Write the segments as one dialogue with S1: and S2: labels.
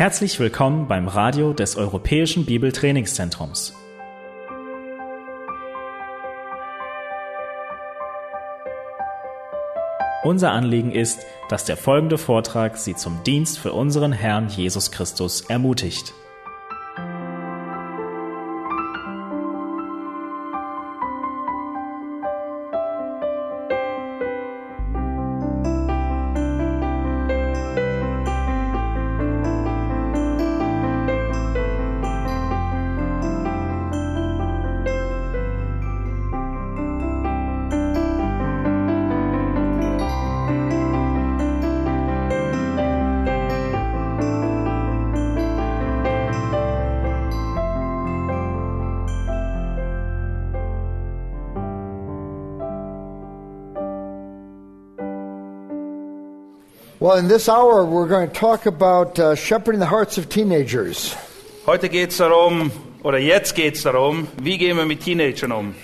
S1: Herzlich willkommen beim Radio des Europäischen Bibeltrainingszentrums. Unser Anliegen ist, dass der folgende Vortrag Sie zum Dienst für unseren Herrn Jesus Christus ermutigt.
S2: Well, in this hour, we're going to talk about shepherding the hearts of teenagers.
S3: Heute geht's darum, oder jetzt geht's darum, wie gehen wir mit Teenagern um?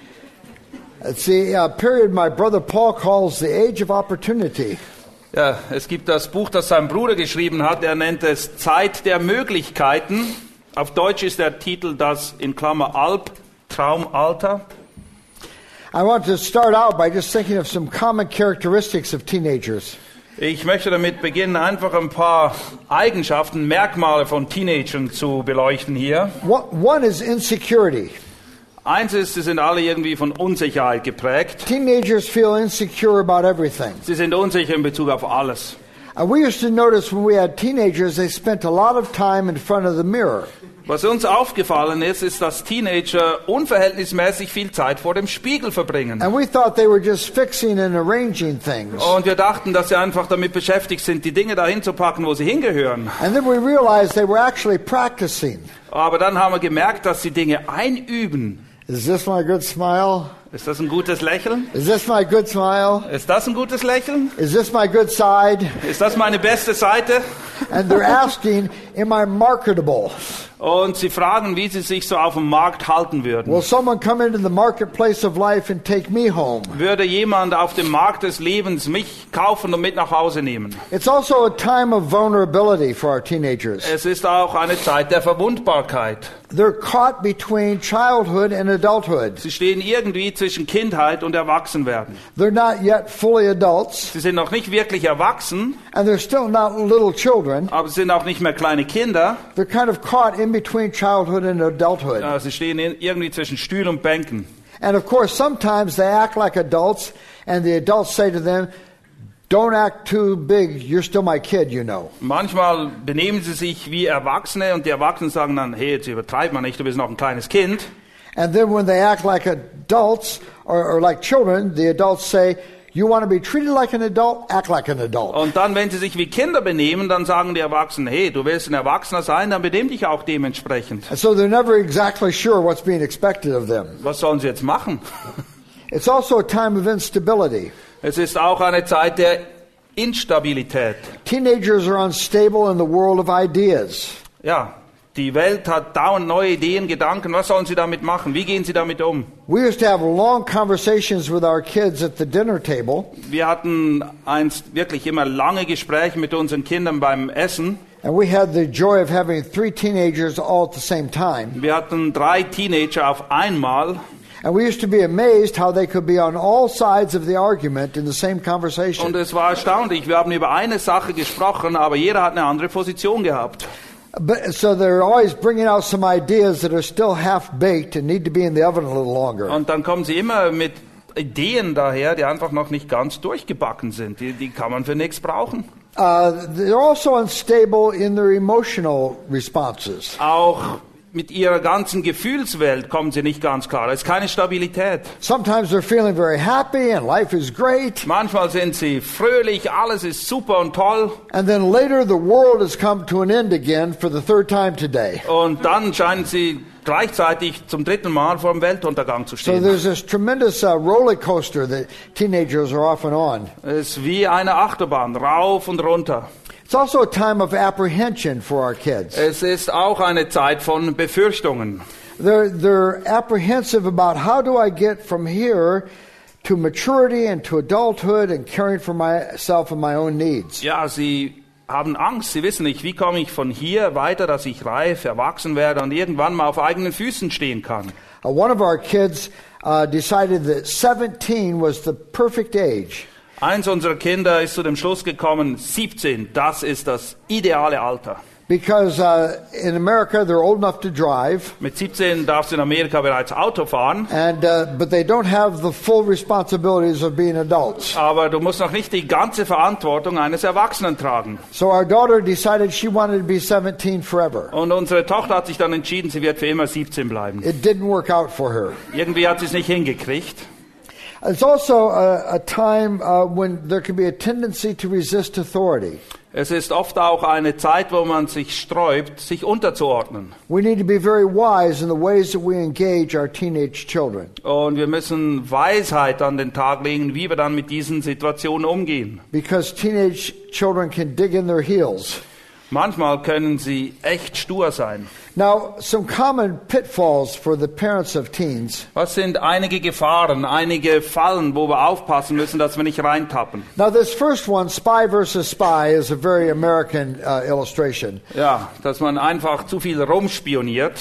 S2: It's the period my brother Paul calls the age of opportunity.
S3: Ja, es gibt das Buch, das sein Bruder geschrieben hat. Er nennt es Zeit der Möglichkeiten. Auf Deutsch ist der Titel das in Klammer Albtraumalter.
S2: I want to start out by just thinking of some common characteristics of teenagers.
S3: Ich möchte damit beginnen, einfach ein paar Eigenschaften, Merkmale von Teenagern zu beleuchten hier.
S2: One is insecurity.
S3: Eins ist, sie sind alle irgendwie von Unsicherheit geprägt.
S2: Teenagers feel insecure about everything.
S3: Sie sind unsicher in Bezug auf alles.
S2: And we used to notice when we had teenagers, they spent a lot of time in front of the mirror.
S3: Was uns aufgefallen ist, dass Teenager unverhältnismäßig viel Zeit vor dem Spiegel verbringen.
S2: And we thought they were just fixing and arranging things.
S3: Und wir dachten, dass sie einfach damit beschäftigt sind, die Dinge dahin zu packen, wo sie hingehören.
S2: And then we realized they were actually practicing.
S3: Aber dann haben wir gemerkt, dass sie Dinge einüben.
S2: Is this my good smile?
S3: Ist das ein gutes Lächeln?
S2: Is this my good smile?
S3: Ist das ein gutes Lächeln?
S2: Is this my good side?
S3: Ist das meine beste Seite?
S2: And they're asking, am I marketable?
S3: Und sie fragen, wie sie sich so auf dem Markt halten würden.
S2: Will someone come into the marketplace of life and take me home?
S3: Würde jemand auf dem Markt des Lebens mich kaufen und mit nach Hause nehmen?
S2: It's also a time of vulnerability for our teenagers.
S3: Es ist auch eine Zeit der Verwundbarkeit.
S2: They're caught between childhood and adulthood.
S3: Sie stehen irgendwie zwischen Kindheit und Erwachsenwerden.
S2: They're not yet fully adults.
S3: Sie sind noch nicht wirklich erwachsen.
S2: And they're still not little children.
S3: Aber sie sind auch nicht mehr kleine Kinder.
S2: They're kind of caught in between childhood and adulthood.
S3: Ja, sie stehen irgendwie zwischen Stühlen und Bänken.
S2: And of course, sometimes they act like adults, and the adults say to them, "Don't act too big. You're still my kid, you know."
S3: Manchmal benehmen sie sich wie Erwachsene und die Erwachsenen sagen dann, hey, jetzt übertreib mal nicht, du bist noch ein kleines Kind.
S2: And then when they act like adults or like children, the adults say, "You want to be treated like an adult? Act like an adult."
S3: Und dann, wenn sie sich wie Kinder benehmen, dann sagen die Erwachsenen, hey, du willst ein Erwachsener sein, dann benimm dich auch dementsprechend.
S2: And so they're never exactly sure what's being expected of them.
S3: Was sollen sie jetzt machen?
S2: It's also a time of instability.
S3: Es ist auch eine Zeit der Instabilität.
S2: Teenagers are unstable in the world of ideas.
S3: Ja, die Welt hat dauernd neue Ideen, Gedanken. Was sollen sie damit machen? Wie gehen sie damit um?
S2: We used to have long conversations with our kids at the dinner table.
S3: Wir hatten einst wirklich immer lange Gespräche mit unseren Kindern beim Essen.
S2: And we had the joy of having 3 teenagers all at the same time.
S3: Wir hatten 3 Teenager auf einmal.
S2: And we used to be amazed how they could be on all sides of the argument in the same conversation.
S3: Und es war erstaunlich. Wir haben über eine Sache gesprochen, aber jeder hat eine andere Position gehabt.
S2: But, so they're always bringing out some ideas that are still half-baked and need to be in the oven a little longer.
S3: Und dann kommen sie immer mit Ideen daher, die einfach noch nicht ganz durchgebacken sind. Die kann man für nichts brauchen.
S2: They're also unstable in their emotional responses.
S3: Auch mit ihrer ganzen Gefühlswelt kommen sie nicht ganz klar. Es ist keine Stabilität.
S2: Sometimes they're feeling very happy and life is great.
S3: Manchmal sind sie fröhlich, alles ist super und toll.
S2: And then later the world has come to an end again for the 3rd time today.
S3: Und dann scheinen sie gleichzeitig zum 3. Mal vor dem Weltuntergang zu
S2: So
S3: stehen.
S2: there's this tremendous roller coaster that teenagers are often on.
S3: Es ist wie eine Achterbahn, rauf und runter.
S2: It's also a time of apprehension for our kids.
S3: Es ist auch eine Zeit von Befürchtungen.
S2: They're apprehensive about how do I get from here to maturity and to adulthood and caring for myself and my own needs.
S3: Ja, sie haben Angst. Sie wissen nicht, wie komme ich von hier weiter, dass ich reif, erwachsen werde und irgendwann mal auf eigenen Füßen stehen kann.
S2: One of our kids decided that 17 was the perfect age.
S3: Eins unserer Kinder ist zu dem Schluss gekommen, 17, das ist das ideale Alter.
S2: Because in America they're old enough to drive,
S3: Mit 17 darfst du in Amerika bereits Auto fahren,
S2: and but they don't have the full responsibilities of being adults.
S3: aber du musst noch nicht die ganze Verantwortung eines Erwachsenen tragen.
S2: So our daughter decided she wanted to be 17 forever.
S3: Und unsere Tochter hat sich dann entschieden, sie wird für immer 17 bleiben.
S2: It didn't work out for her.
S3: Irgendwie hat sie es nicht hingekriegt.
S2: It's also a time when there can be a tendency to resist authority.
S3: Es ist oft auch eine Zeit, wo man sich sträubt, sich unterzuordnen.
S2: We need to be very wise in the ways that we engage our teenage children.
S3: Und wir müssen Weisheit an den Tag legen, wie wir dann mit diesen Situationen umgehen.
S2: Because teenage children can dig in their heels.
S3: Manchmal können sie echt stur sein.
S2: Now, some common pitfalls for the parents of teens.
S3: Was sind einige Gefahren, einige Fallen, wo wir aufpassen müssen, dass wir nicht reintappen?
S2: Now, this first one, Spy versus Spy, is a very American illustration.
S3: Ja, dass man einfach zu viel rumspioniert.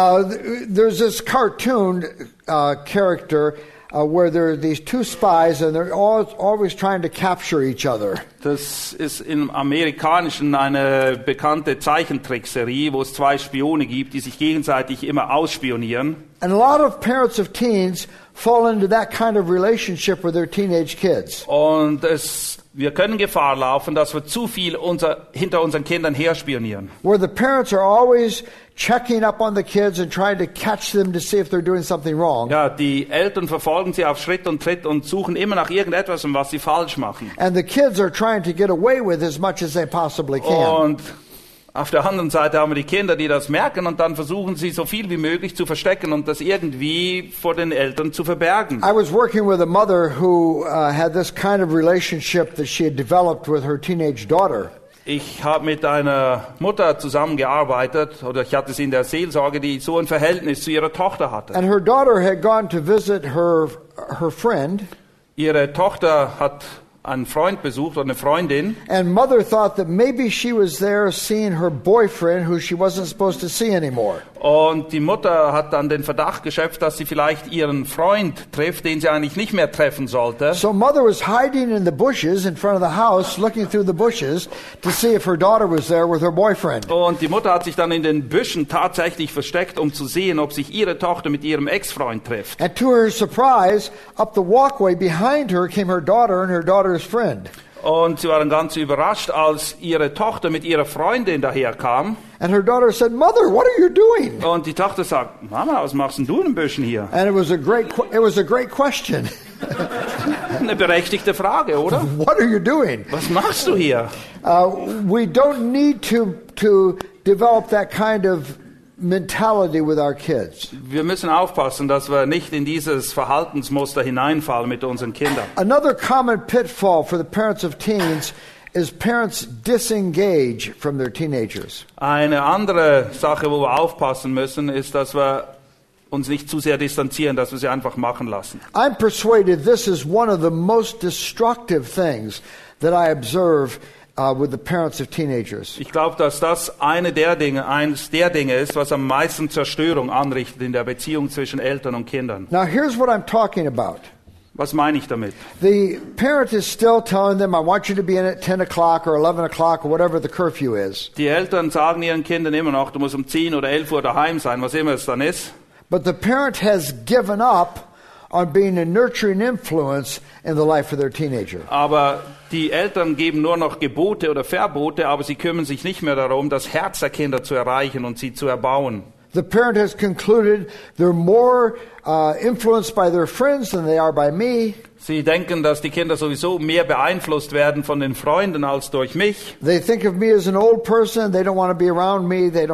S2: There's this cartoon character where there are these two spies and they're always trying to capture each other.
S3: Das ist im Amerikanischen eine bekannte Zeichentrickserie, wo es zwei Spione gibt, die sich gegenseitig immer ausspionieren.
S2: And a lot of parents of teens fall into that kind of relationship with their teenage kids.
S3: Und wir können Gefahr laufen, dass wir zu viel hinter unseren Kindern herspionieren.
S2: Where the parents are always checking up on the kids and trying to catch them to see if they're doing something wrong.
S3: Ja, die Eltern verfolgen sie auf Schritt und Tritt und suchen immer nach irgendetwas, was sie falsch machen.
S2: And the kids are trying to get away with as much as they possibly can.
S3: Und auf der anderen Seite haben wir die Kinder, die das merken und dann versuchen sie so viel wie möglich zu verstecken und das irgendwie vor den Eltern zu verbergen.
S2: I was working with a mother who had this kind of relationship that she had developed with her teenage daughter.
S3: Ich habe mit einer Mutter zusammengearbeitet, oder ich hatte sie in der Seelsorge, die so ein Verhältnis zu ihrer Tochter hatte.
S2: And her daughter had gone to visit her friend.
S3: Ihre Tochter hat einen Freund besucht oder eine Freundin.
S2: And mother thought that maybe she was there seeing her boyfriend who she wasn't supposed to see anymore.
S3: Und die Mutter hat dann den Verdacht geschöpft, dass sie vielleicht ihren Freund trifft, den sie eigentlich nicht mehr treffen sollte.
S2: So mother was hiding in the bushes in front of the house, looking through the bushes to see if her daughter was there with her boyfriend.
S3: Und die Mutter hat sich dann in den Büschen tatsächlich versteckt, um zu sehen, ob sich ihre Tochter mit ihrem Ex-Freund trifft.
S2: And to her surprise, up the walkway behind her came her daughter and her daughter's friend.
S3: Und sie waren ganz überrascht, als ihre Tochter mit ihrer Freundin daherkam.
S2: And her daughter said, "Mother, what are you doing?"
S3: Und die Tochter sagt, Mama, was machst denn du in den Büschen hier?
S2: And it was a great question.
S3: Eine berechtigte Frage, oder?
S2: What are you doing?
S3: Was machst du hier?
S2: We don't need to develop that kind of mentality with our kids.
S3: Wir müssen aufpassen, dass wir nicht in dieses Verhaltensmuster hineinfallen mit unseren Kindern.
S2: Another common pitfall for the parents of teens is parents disengage from their teenagers.
S3: Eine andere Sache, wo wir aufpassen müssen, ist, dass wir uns nicht zu sehr distanzieren, dass wir sie einfach machen lassen.
S2: I'm persuaded this is one of the most destructive things that I observe with the parents of teenagers.
S3: Ich glaube, dass das eines der Dinge ist, was am meisten Zerstörung anrichtet in der Beziehung zwischen Eltern und Kindern.
S2: Now here's what I'm talking about.
S3: Was meine ich damit?
S2: The parent is still telling them, I want you to be in at 10 o'clock or 11 o'clock or whatever the curfew is.
S3: Die Eltern sagen ihren Kindern immer noch, du musst um 10 oder 11 Uhr daheim sein, was immer es dann ist.
S2: But the parent has given up on being a nurturing influence in the life of their teenager.
S3: Aber die Eltern geben nur noch Gebote oder Verbote, aber sie kümmern sich nicht mehr darum, das Herz der Kinder zu erreichen und sie zu erbauen.
S2: The parent has concluded they're more influenced by their friends than they are by me.
S3: Sie denken, dass die Kinder sowieso mehr beeinflusst werden von den Freunden als durch mich.
S2: They think of me as an old person. They don't want to be around me. They're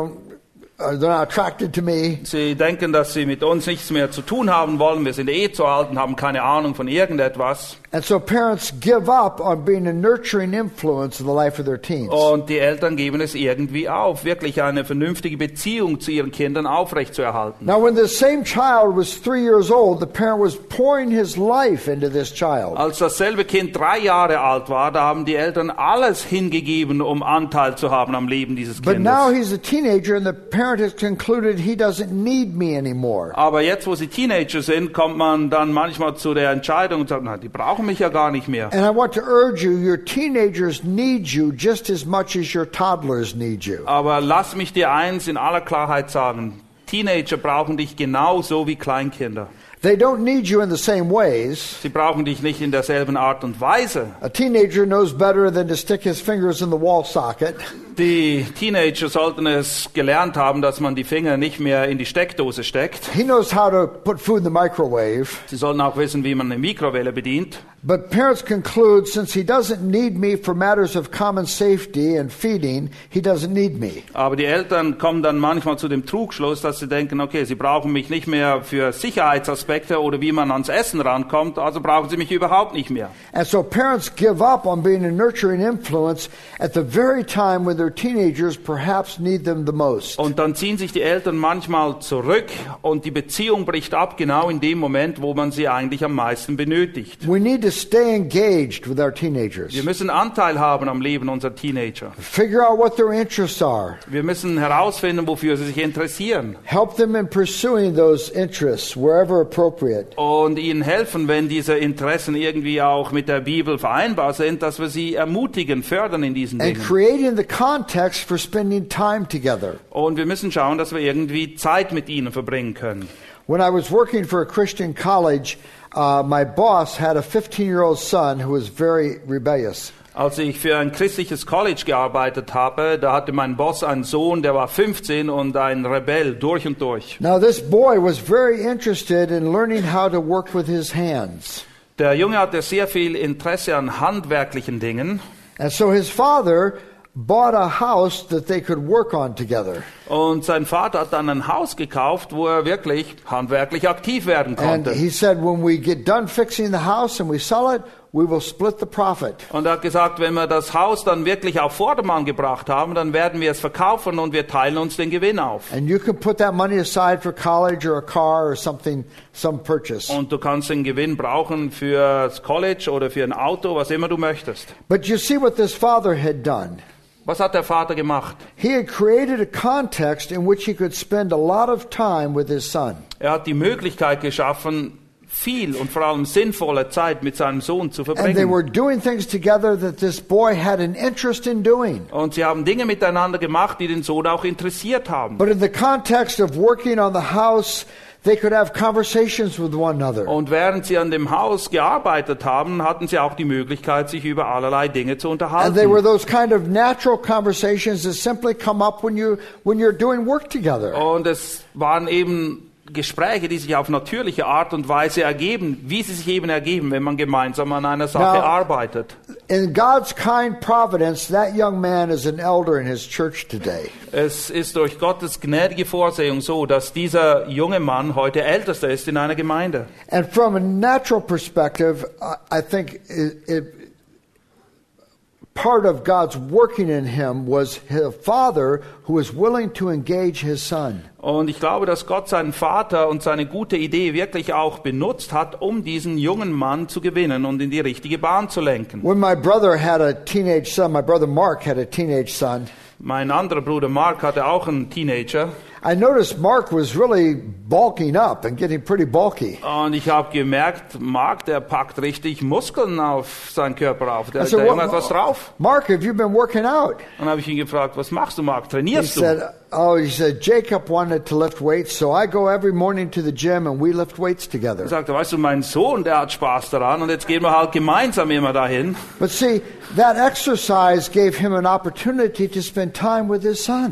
S2: not attracted to me.
S3: Sie denken, dass sie mit uns nichts mehr zu tun haben wollen. Wir sind zu alt und haben keine Ahnung von irgendetwas.
S2: And so parents give up on being a nurturing influence in the life of their teens.
S3: Und die Eltern geben es irgendwie auf, wirklich eine vernünftige Beziehung zu ihren Kindern aufrechtzuerhalten.
S2: Now, when the same child was 3 years old, the parent was pouring his life into this child.
S3: Als dasselbe Kind 3 Jahre alt war, da haben die Eltern alles hingegeben, um Anteil zu haben am Leben dieses
S2: But now
S3: Kindes.
S2: he's a teenager and the parent has concluded he doesn't need me anymore.
S3: Aber jetzt, wo sie Teenager sind, kommt man dann manchmal zu der Entscheidung und sagt, na, die brauchen mich ja gar nicht mehr.
S2: And I want to urge you, your teenagers need you just as much as your toddlers need you.
S3: Aber lass mich dir eins in aller Klarheit sagen. Teenager brauchen dich genauso wie Kleinkinder.
S2: They don't need you in the same ways.
S3: Sie brauchen dich nicht in derselben Art und Weise.
S2: A teenager knows better than to stick his fingers in the wall socket.
S3: Die Teenager sollten es gelernt haben, dass man die Finger nicht mehr in die Steckdose steckt.
S2: He knows how to put food in the microwave.
S3: Sie sollten auch wissen, wie man eine Mikrowelle bedient.
S2: But parents conclude, since he doesn't need me for matters of common safety and feeding, he doesn't need me.
S3: Aber die Eltern kommen dann manchmal zu dem Trugschluss, dass sie denken, okay, sie brauchen mich nicht mehr für Sicherheitsaspekte oder wie man ans Essen rankommt, also brauchen sie mich überhaupt nicht mehr.
S2: And so parents give up on being a nurturing influence at the very time when their teenagers perhaps need them the most.
S3: Und dann ziehen sich die Eltern manchmal zurück und die Beziehung bricht ab, genau in dem Moment, wo man sie eigentlich am meisten benötigt.
S2: We need to stay engaged with our teenagers.
S3: Wir müssen Anteil haben am Leben unserer Teenager.
S2: Figure out what their interests are.
S3: Wir müssen herausfinden, wofür sie sich interessieren.
S2: Help them in pursuing those interests wherever appropriate.
S3: Und ihnen helfen, wenn diese Interessen irgendwie auch mit der Bibel vereinbar sind, dass wir sie ermutigen, fördern in diesen
S2: And
S3: Dingen.
S2: creating the context for spending time together.
S3: Und wir müssen schauen, dass wir irgendwie Zeit mit ihnen verbringen können.
S2: When I was working for a Christian college, my boss had a 15-year-old son who was very rebellious.
S3: Als ich für ein christliches College gearbeitet habe, da hatte mein Boss einen Sohn, der war 15 und ein Rebell durch und durch.
S2: Now this boy was very interested in learning how to work with his hands.
S3: Der Junge hatte sehr viel Interesse an handwerklichen Dingen.
S2: And so his father bought a house that they could work on together.
S3: Und sein Vater hat dann ein Haus gekauft, wo er wirklich handwerklich aktiv werden
S2: And
S3: konnte.
S2: he said, when we get done fixing the house and we sell it, we will split the profit.
S3: Und er hat gesagt, wenn wir das Haus dann wirklich auf Vordermann gebracht haben, dann werden wir es verkaufen und wir teilen uns den Gewinn auf.
S2: And you can put that money aside for college or a car or something, some purchase.
S3: Und du kannst den Gewinn brauchen für das College oder für ein Auto, was immer du möchtest.
S2: But you see what this father had done.
S3: Was hat der Vater gemacht?
S2: He had created a context in which he could spend a lot of time with his son.
S3: Er hat die Möglichkeit geschaffen, viel und vor allem sinnvolle Zeit mit seinem Sohn zu
S2: And they
S3: verbringen.
S2: were doing things together that this boy had an interest in doing.
S3: Und sie haben Dinge miteinander gemacht, die den Sohn auch interessiert haben.
S2: But in the context of working on the house, they could have conversations with one another.
S3: Und während sie an dem Haus gearbeitet haben, hatten sie auch die Möglichkeit, sich über allerlei Dinge zu
S2: And they
S3: unterhalten.
S2: were those kind of natural conversations that simply come up when you're doing work together.
S3: Und es waren eben Gespräche, die sich auf natürliche Art und Weise ergeben, wie sie sich eben ergeben, wenn man gemeinsam an einer Sache
S2: Now,
S3: arbeitet.
S2: In God's kind providence, that young man is an elder in his church today.
S3: Es ist durch Gottes gnädige Vorsehung so, dass dieser junge Mann heute Ältester ist in einer Gemeinde.
S2: And from a natural perspective, I think part of God's working in him was his father who was willing to engage his son.
S3: Und ich glaube, dass Gott seinen Vater und seine gute Idee wirklich auch benutzt hat, um diesen jungen Mann zu gewinnen und in die richtige Bahn zu lenken.
S2: When my brother had a teenage son, my brother Mark had a teenage son,
S3: Mein anderer Bruder Mark hatte auch einen Teenager.
S2: I noticed Mark was really bulking up and getting pretty bulky.
S3: Und ich habe gemerkt, Mark, der packt richtig Muskeln auf seinen Körper auf. Der,
S2: I said,
S3: der Junge hat was drauf.
S2: Mark, have you been working out?
S3: Und dann habe ich ihn gefragt, was machst du, Mark?
S2: He
S3: Trainierst du?
S2: said, Jacob wanted to lift weights, so I go every morning to the gym and we lift weights
S3: Er
S2: together.
S3: sagte, weißt du, mein Sohn, der hat Spaß daran und jetzt gehen wir halt gemeinsam immer dahin.
S2: But see, that exercise gave him an opportunity to spend time with his son.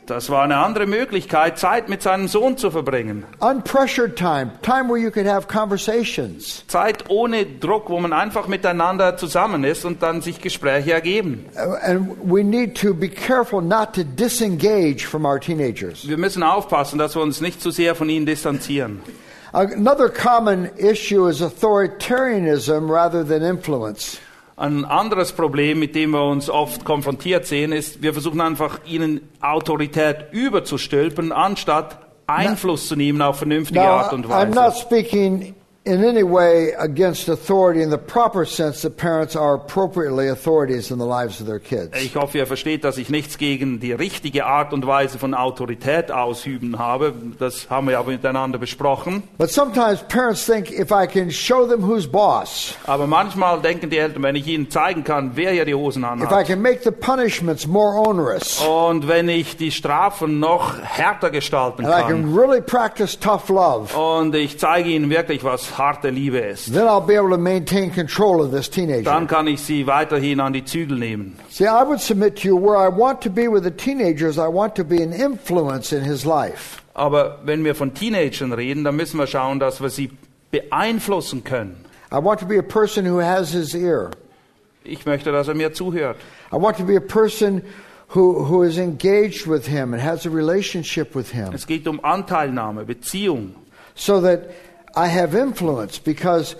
S3: Das war eine andere Möglichkeit, Zeit mit seinem Sohn zu verbringen.
S2: Unpressured time, time where you could have conversations.
S3: Zeit ohne Druck, wo man einfach miteinander zusammen ist und dann sich Gespräche ergeben.
S2: And we need to be careful not to disengage from our teenagers.
S3: Wir müssen aufpassen, dass wir uns nicht zu sehr von ihnen distanzieren.
S2: Another common issue is authoritarianism rather than influence.
S3: Ein anderes Problem, mit dem wir uns oft konfrontiert sehen, ist, wir versuchen einfach, ihnen Autorität überzustülpen, anstatt Einfluss zu nehmen auf vernünftige Art und
S2: I'm not
S3: Weise.
S2: speaking in any way against authority in the proper sense that parents are appropriately authorities in the lives of their kids.
S3: Ich hoffe, ihr versteht, dass ich nichts gegen die richtige Art und Weise von Autorität ausüben habe. Das haben wir ja miteinander besprochen.
S2: But sometimes parents think if I can show them who's boss,
S3: Aber manchmal denken die Eltern, wenn ich ihnen zeigen kann, wer hier die Hosen
S2: if I
S3: anhat,
S2: can make the punishments more onerous,
S3: und wenn ich die Strafen noch härter gestalten
S2: and I
S3: kann,
S2: can really practice tough love,
S3: und ich zeige ihnen wirklich, was harte Liebe ist,
S2: then I'll be able to maintain control of this
S3: dann
S2: teenager.
S3: kann ich sie weiterhin an die Zügel nehmen.
S2: See, I would submit to you where I want to be with the teenagers, I want to be an influence in his life.
S3: Aber wenn wir von Teenagern reden, dann müssen wir schauen, dass wir sie beeinflussen können.
S2: I want to be a person who has his ear.
S3: Ich möchte, dass er mir zuhört.
S2: I want to be a person who is engaged with him and has a relationship with him,
S3: Es geht um Anteilnahme, Beziehung.
S2: so that I have influence because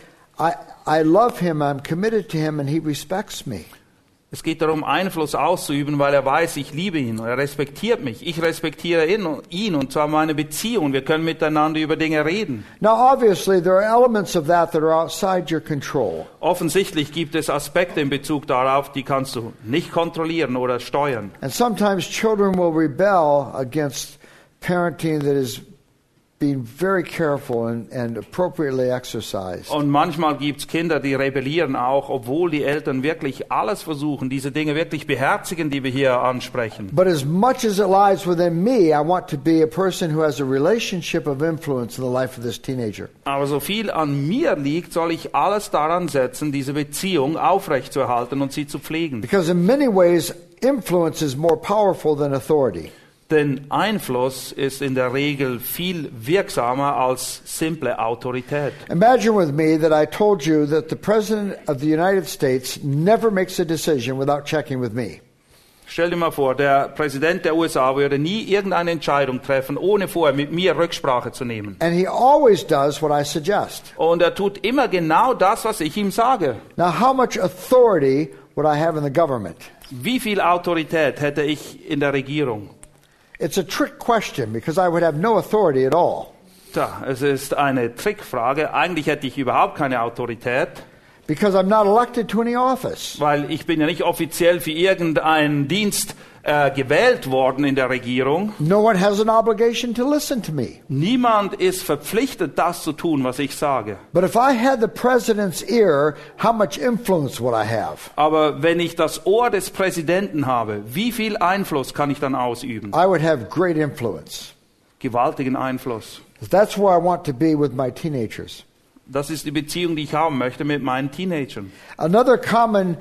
S2: I love him, I'm committed to him, and he respects me.
S3: Es geht darum, Einfluss auszuüben, weil er weiß, ich liebe ihn, er respektiert mich. Ich respektiere ihn und zwar meine Beziehung. Wir können miteinander über Dinge reden.
S2: Now, obviously, there are elements of that are outside your control.
S3: Offensichtlich gibt es Aspekte in Bezug darauf, die kannst du nicht kontrollieren oder steuern.
S2: And sometimes children will rebel against parenting that is being very careful and appropriately exercised.
S3: Und manchmal gibt es Kinder, die rebellieren auch, obwohl die Eltern wirklich alles versuchen, diese Dinge wirklich beherzigen, die wir hier ansprechen.
S2: But as much as it lies within me, I want to be a person who has a relationship of influence in the life of this teenager.
S3: Aber so viel an mir liegt, soll ich alles daran setzen, diese Beziehung aufrechtzuerhalten und sie zu pflegen.
S2: Because in many ways, influence is more powerful than authority.
S3: Denn Einfluss ist in der Regel viel wirksamer als simple Autorität.
S2: Imagine with me that I told you that the President of the United States never makes a decision without checking with me.
S3: Stell dir mal vor, der Präsident der USA würde nie irgendeine Entscheidung treffen, ohne vorher mit mir Rücksprache zu nehmen.
S2: And he always does what I suggest.
S3: Und er tut immer genau das, was ich ihm sage.
S2: Now, how much authority would I have in the government?
S3: Wie viel Autorität hätte ich in der Regierung?
S2: It's a trick question because I would have no authority at all.
S3: Tja, es ist eine Trickfrage. Eigentlich hätte ich überhaupt keine Autorität,
S2: Because I'm not elected to any office.
S3: weil ich bin ja nicht offiziell für irgendeinen Dienst gewählt worden in der Regierung.
S2: No one has an obligation to listen to me.
S3: Niemand ist verpflichtet, das zu tun, was ich sage.
S2: But if I had the president's ear, how much influence would I have?
S3: Aber wenn ich das Ohr des Präsidenten habe, wie viel Einfluss kann ich dann ausüben?
S2: I would have great influence.
S3: Gewaltigen Einfluss.
S2: That's where I want to be with my teenagers.
S3: Das ist die Beziehung, die ich haben möchte mit meinen Teenagern.
S2: Another common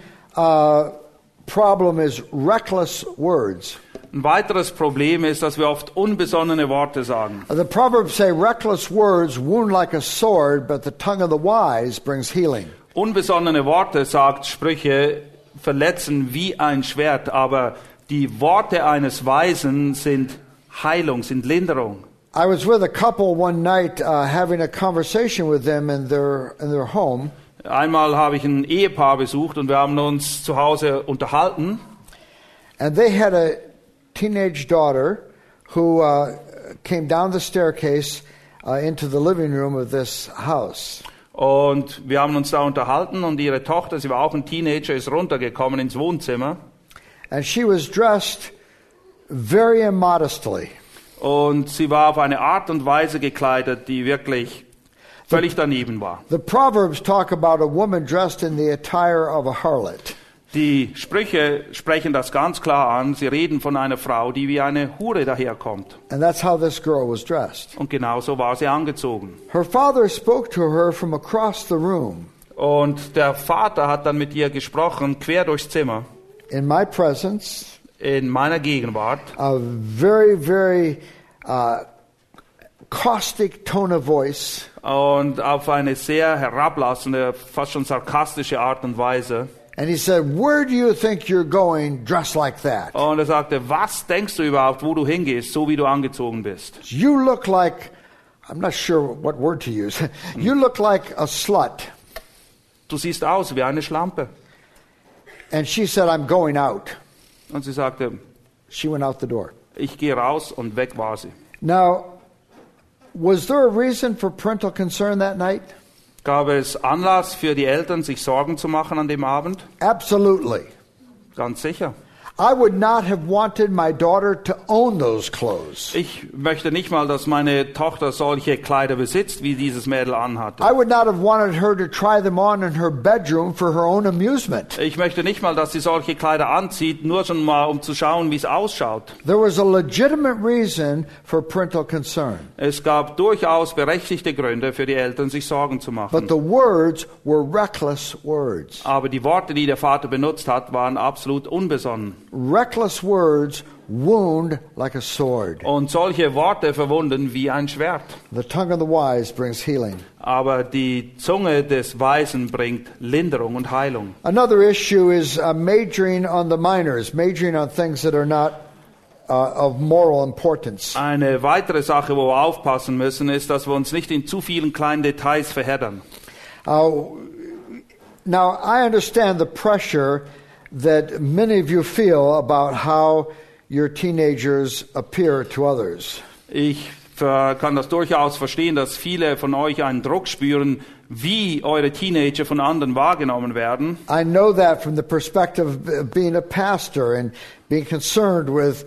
S2: problem is reckless words.
S3: Ein weiteres Problem ist, dass wir oft unbesonnene Worte sagen.
S2: The Proverbs say reckless words wound like a sword, but the tongue of the wise brings healing.
S3: Unbesonnene Worte, sagt Sprüche, verletzen wie ein Schwert, aber die Worte eines Weisen sind Heilung, sind Linderung.
S2: I was with a couple one night having a conversation with them in their home.
S3: Einmal habe ich ein Ehepaar besucht und wir haben uns zu Hause unterhalten.
S2: And they had a teenage daughter who came down the staircase into the living room of this house.
S3: Und wir haben uns da unterhalten und ihre Tochter, sie war auch ein Teenager, ist runtergekommen ins Wohnzimmer.
S2: And she was dressed very immodestly.
S3: Und sie war auf eine Art und Weise gekleidet, die wirklich völlig daneben war.
S2: The Proverbs talk about a woman dressed in the attire of a harlot.
S3: Die Sprüche sprechen das ganz klar an. Sie reden von einer Frau, die wie eine Hure daherkommt.
S2: And that's how this girl was dressed.
S3: Und genauso war sie angezogen.
S2: Her father spoke to her from across the room.
S3: Und der Vater hat dann mit ihr gesprochen, quer durchs Zimmer.
S2: In my presence,
S3: in meiner Gegenwart
S2: a very, very caustic tone of voice.
S3: und auf eine sehr herablassende, fast schon sarkastische Art und Weise.
S2: And he said, "Where do you think you're going dressed like that?
S3: Und er sagte, was denkst du überhaupt, wo du hingehst, so wie du angezogen bist?
S2: You look like," I'm not sure what word to use. "You look like a slut."
S3: Du siehst aus wie eine Schlampe.
S2: And she said, "I'm going out."
S3: Und sie sagte,
S2: She went out the door.
S3: ich gehe raus, und weg war sie.
S2: Now, was there a reason for parental concern that night?
S3: Gab es Anlass für die Eltern, sich Sorgen zu machen an dem Abend?
S2: Absolutely.
S3: Ganz sicher.
S2: I would not have wanted my daughter to own those clothes.
S3: Ich möchte nicht mal, dass meine Tochter solche Kleider besitzt, wie dieses Mädel anhatte.
S2: I would not have wanted her to try them on in her bedroom for her own amusement.
S3: Ich möchte nicht mal, dass sie solche Kleider anzieht, nur schon mal, um zu schauen, wie es ausschaut.
S2: There was a legitimate reason for parental concern.
S3: Es gab durchaus berechtigte Gründe für die Eltern, sich Sorgen zu machen.
S2: But the words were reckless words.
S3: Aber die Worte, die der Vater benutzt hat, waren absolut unbesonnen.
S2: Reckless words wound like a sword.
S3: Und solche Worte verwunden wie ein Schwert.
S2: The tongue of the wise brings healing.
S3: Aber die Zunge des Weisen bringt Linderung und Heilung.
S2: Another issue is majoring on the minors, majoring on things that are not of moral importance.
S3: Eine weitere Sache, wo wir aufpassen müssen, ist, dass wir uns nicht in zu vielen kleinen Details verheddern.
S2: Now, I understand the pressure that many of you feel about how your teenagers appear to others.
S3: Ich kann das durchaus verstehen, dass viele von euch einen Druck spüren, wie eure Teenager von anderen wahrgenommen werden.
S2: I know that from the perspective of being a pastor and being concerned with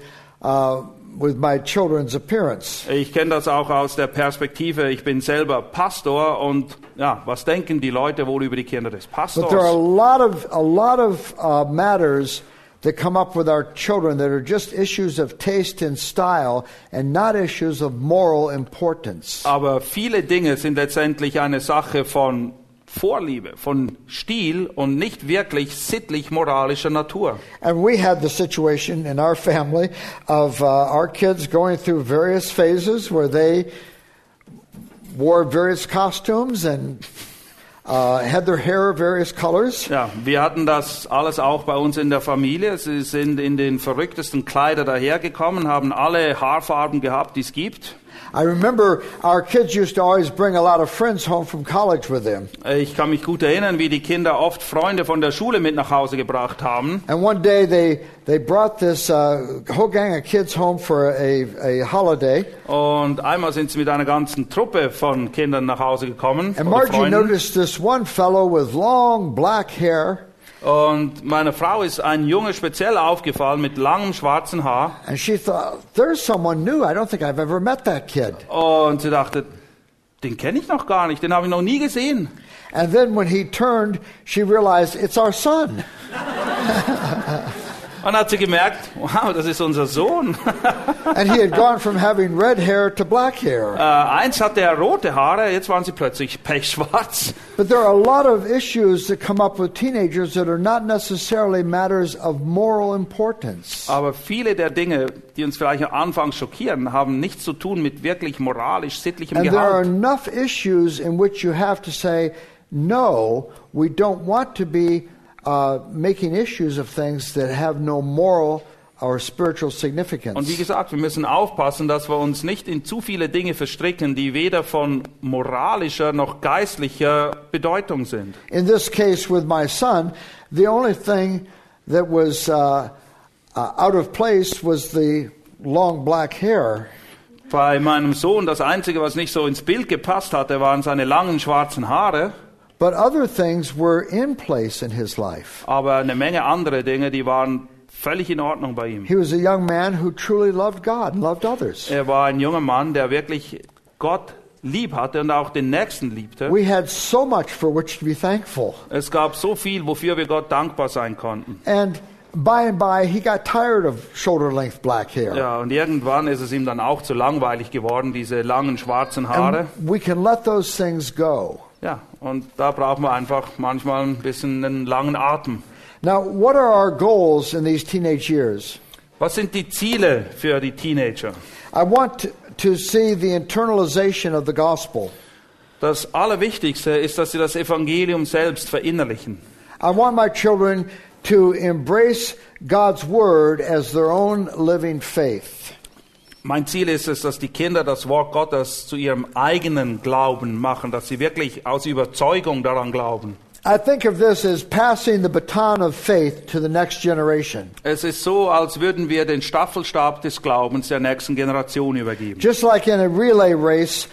S2: my children's appearance.
S3: Ich kenne das auch aus der Perspektive, ich bin selber Pastor und ja, was denken die Leute wohl über die Kinder des
S2: But there are
S3: Pastors?
S2: a lot of matters that come up with our children that are just issues of taste and style and not issues of moral importance.
S3: Aber viele Dinge sind letztendlich eine Sache von Vorliebe, von Stil und nicht wirklich sittlich-moralischer Natur.
S2: And we had the situation in our family of our kids going through various phases where they wore various costumes and had their hair various colors.
S3: Ja, wir hatten das alles auch bei uns in der Familie. Sie sind in den verrücktesten Kleider dahergekommen, haben alle Haarfarben gehabt, die es gibt.
S2: I remember our kids used to always bring a lot of friends home from college with them.
S3: Ich kann mich gut erinnern, wie die Kinder oft Freunde von der Schule mit nach Hause gebracht haben.
S2: And one day they brought this whole gang of kids home for a holiday.
S3: Und einmal sind sie mit einer ganzen Truppe von Kindern nach Hause gekommen.
S2: And
S3: oder
S2: Margie
S3: Freunden.
S2: noticed this one fellow with long black hair.
S3: Und meiner Frau ist ein Junge speziell aufgefallen mit langem schwarzen Haar.
S2: And she thought, there's someone new. I don't think I've ever met that kid.
S3: Und sie dachte, den kenne ich noch gar nicht, den habe ich noch nie gesehen.
S2: And then when he turned, she realized it's our son.
S3: Und dann hat sie gemerkt, wow, das ist unser Sohn.
S2: And he had gone from having red hair to black hair.
S3: Einst hatte er rote Haare, jetzt waren sie plötzlich pechschwarz.
S2: But there are a lot of issues that come up with teenagers that are not necessarily matters of moral importance.
S3: Aber viele der Dinge, die uns vielleicht am Anfang schockieren, haben nichts zu tun mit wirklich moralisch-sittlichem
S2: And there are
S3: Gehalt.
S2: enough issues in which you have to say, no, we don't want to be making issues of things that have no moral or spiritual significance.
S3: Und wie gesagt, wir müssen aufpassen, dass wir uns nicht in zu viele Dinge verstricken, die weder von moralischer noch geistlicher Bedeutung sind.
S2: In this case with my son, the only thing that was out of place was the long black hair.
S3: Bei meinem Sohn, das Einzige, was nicht so ins Bild gepasst hatte, waren seine langen schwarzen Haare.
S2: But other things were in place in his life.
S3: Aber eine Menge andere Dinge, die waren völlig in Ordnung bei ihm.
S2: He was a young man who truly loved God and loved others.
S3: Er war ein junger Mann, der wirklich Gott lieb hatte und auch den Nächsten liebte.
S2: We had so much for which to be thankful.
S3: Es gab so viel, wofür wir Gott dankbar sein konnten.
S2: And by, he got tired of shoulder-length black hair.
S3: Ja, und irgendwann ist es ihm dann auch zu langweilig geworden, diese langen schwarzen Haare.
S2: And we can let those things go.
S3: Ja, und da brauchen wir einfach manchmal ein bisschen einen langen Atem.
S2: Now, what are our goals in these teenage years?
S3: Was sind die Ziele für die Teenager?
S2: I want to see the internalization of the gospel.
S3: Das Allerwichtigste ist, dass sie das Evangelium selbst verinnerlichen.
S2: I want my children to embrace God's word as their own living faith.
S3: Mein Ziel ist es, dass die Kinder das Wort Gottes zu ihrem eigenen Glauben machen, dass sie wirklich aus Überzeugung daran glauben.
S2: I think of this as passing the baton of faith to the next generation.
S3: Es ist so, als würden wir den Staffelstab des Glaubens der nächsten Generation übergeben.
S2: Just like in a relay race,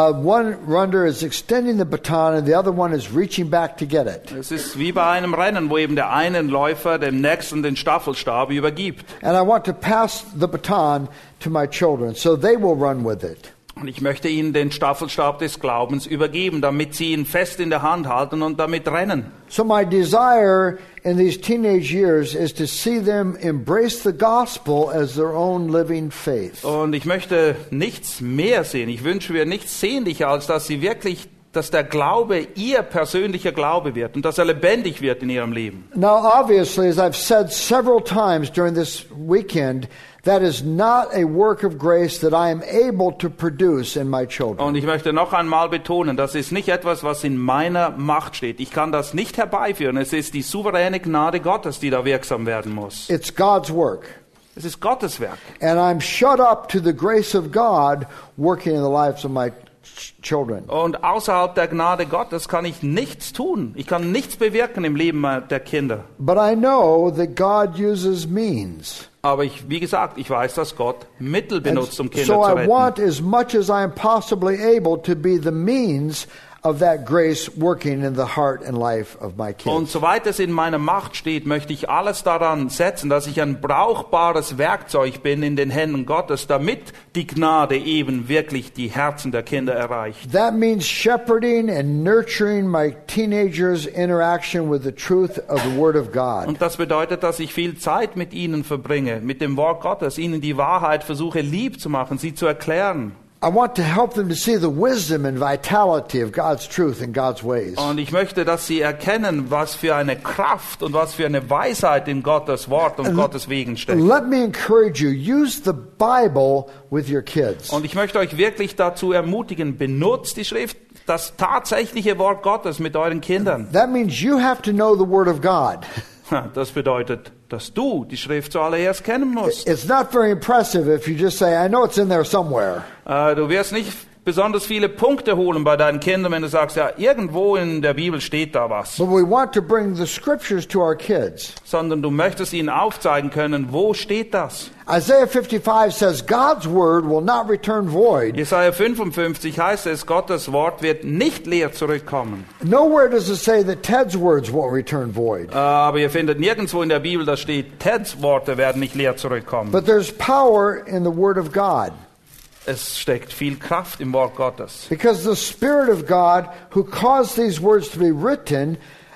S2: one runner is extending the baton and the other one is reaching back to get it.
S3: Es ist wie bei einem Rennen, wo eben der eine Läufer dem nächsten den Staffelstab übergibt.
S2: And I want to pass the baton to my children so they will run with it.
S3: Und ich möchte ihnen den Staffelstab des Glaubens übergeben, damit sie ihn fest in der Hand halten und damit rennen.
S2: So my desire in these teenage years is to see them embrace the gospel as their own living faith.
S3: Und ich möchte nichts mehr sehen. Ich wünsche mir nichts sehnlicher, als dass sie wirklich, dass der Glaube ihr persönlicher Glaube wird und dass er lebendig wird in ihrem Leben.
S2: Now, obviously, as I've said several times during this weekend, that is not a work of grace that I am able to produce in my children.
S3: Und ich möchte noch einmal betonen, das ist nicht etwas, was in meiner Macht steht. Ich kann das nicht herbeiführen. Es ist die souveräne Gnade Gottes, die da wirksam werden muss.
S2: It's God's work.
S3: Es ist Gottes Werk.
S2: And I'm shut up to the grace of God working in the lives of my children.
S3: Und außerhalb der Gnade Gottes kann ich nichts tun. Ich kann nichts bewirken im Leben der Kinder.
S2: But I know that God uses means.
S3: Aber wie gesagt, ich weiß, dass Gott Mittel benutzt, um Kinder
S2: So
S3: zu
S2: I
S3: retten.
S2: want as much as I am possibly able to be the means of that grace working in the heart and life of my
S3: Und
S2: kids.
S3: soweit es in meiner Macht steht, möchte ich alles daran setzen, dass ich ein brauchbares Werkzeug bin in den Händen Gottes, damit die Gnade eben wirklich die Herzen der Kinder erreicht.
S2: That means shepherding and nurturing my teenagers' interaction with the truth of the Word of God.
S3: Und das bedeutet, dass ich viel Zeit mit ihnen verbringe, mit dem Wort Gottes, ihnen die Wahrheit versuche lieb zu machen, sie zu erklären.
S2: I want to help them to see the wisdom and vitality of God's truth and God's ways.
S3: Und ich möchte, dass sie erkennen, was für eine Kraft und was für eine Weisheit in Gottes Wort und Gottes Wegen steckt.
S2: Let me encourage you, use the Bible with your kids.
S3: Und ich möchte euch wirklich dazu ermutigen, benutzt die Schrift, das tatsächliche Wort Gottes mit euren Kindern.
S2: That means you have to know the Word of God.
S3: Das bedeutet, dass du die Schrift zuallererst kennen musst.
S2: It's not very impressive if you just say, I know it's in there somewhere.
S3: Du wirst nicht besonders viele Punkte holen bei deinen Kindern, wenn du sagst, ja, irgendwo in der Bibel steht da was.
S2: But we want to bring the scriptures to our kids.
S3: Sondern du möchtest ihnen aufzeigen können, wo steht das?
S2: Isaiah 55 says, God's word will not return void.
S3: Jesaja 55 heißt es, Gottes Wort wird nicht leer zurückkommen.
S2: Nowhere does it say that Ted's words won't return void.
S3: Aber ihr findet nirgendwo in der Bibel, da steht, Teds Worte werden nicht leer zurückkommen.
S2: But there's power in the word of God.
S3: Es steckt viel Kraft im Wort Gottes.
S2: Because the Spirit of God, who caused these words to be written,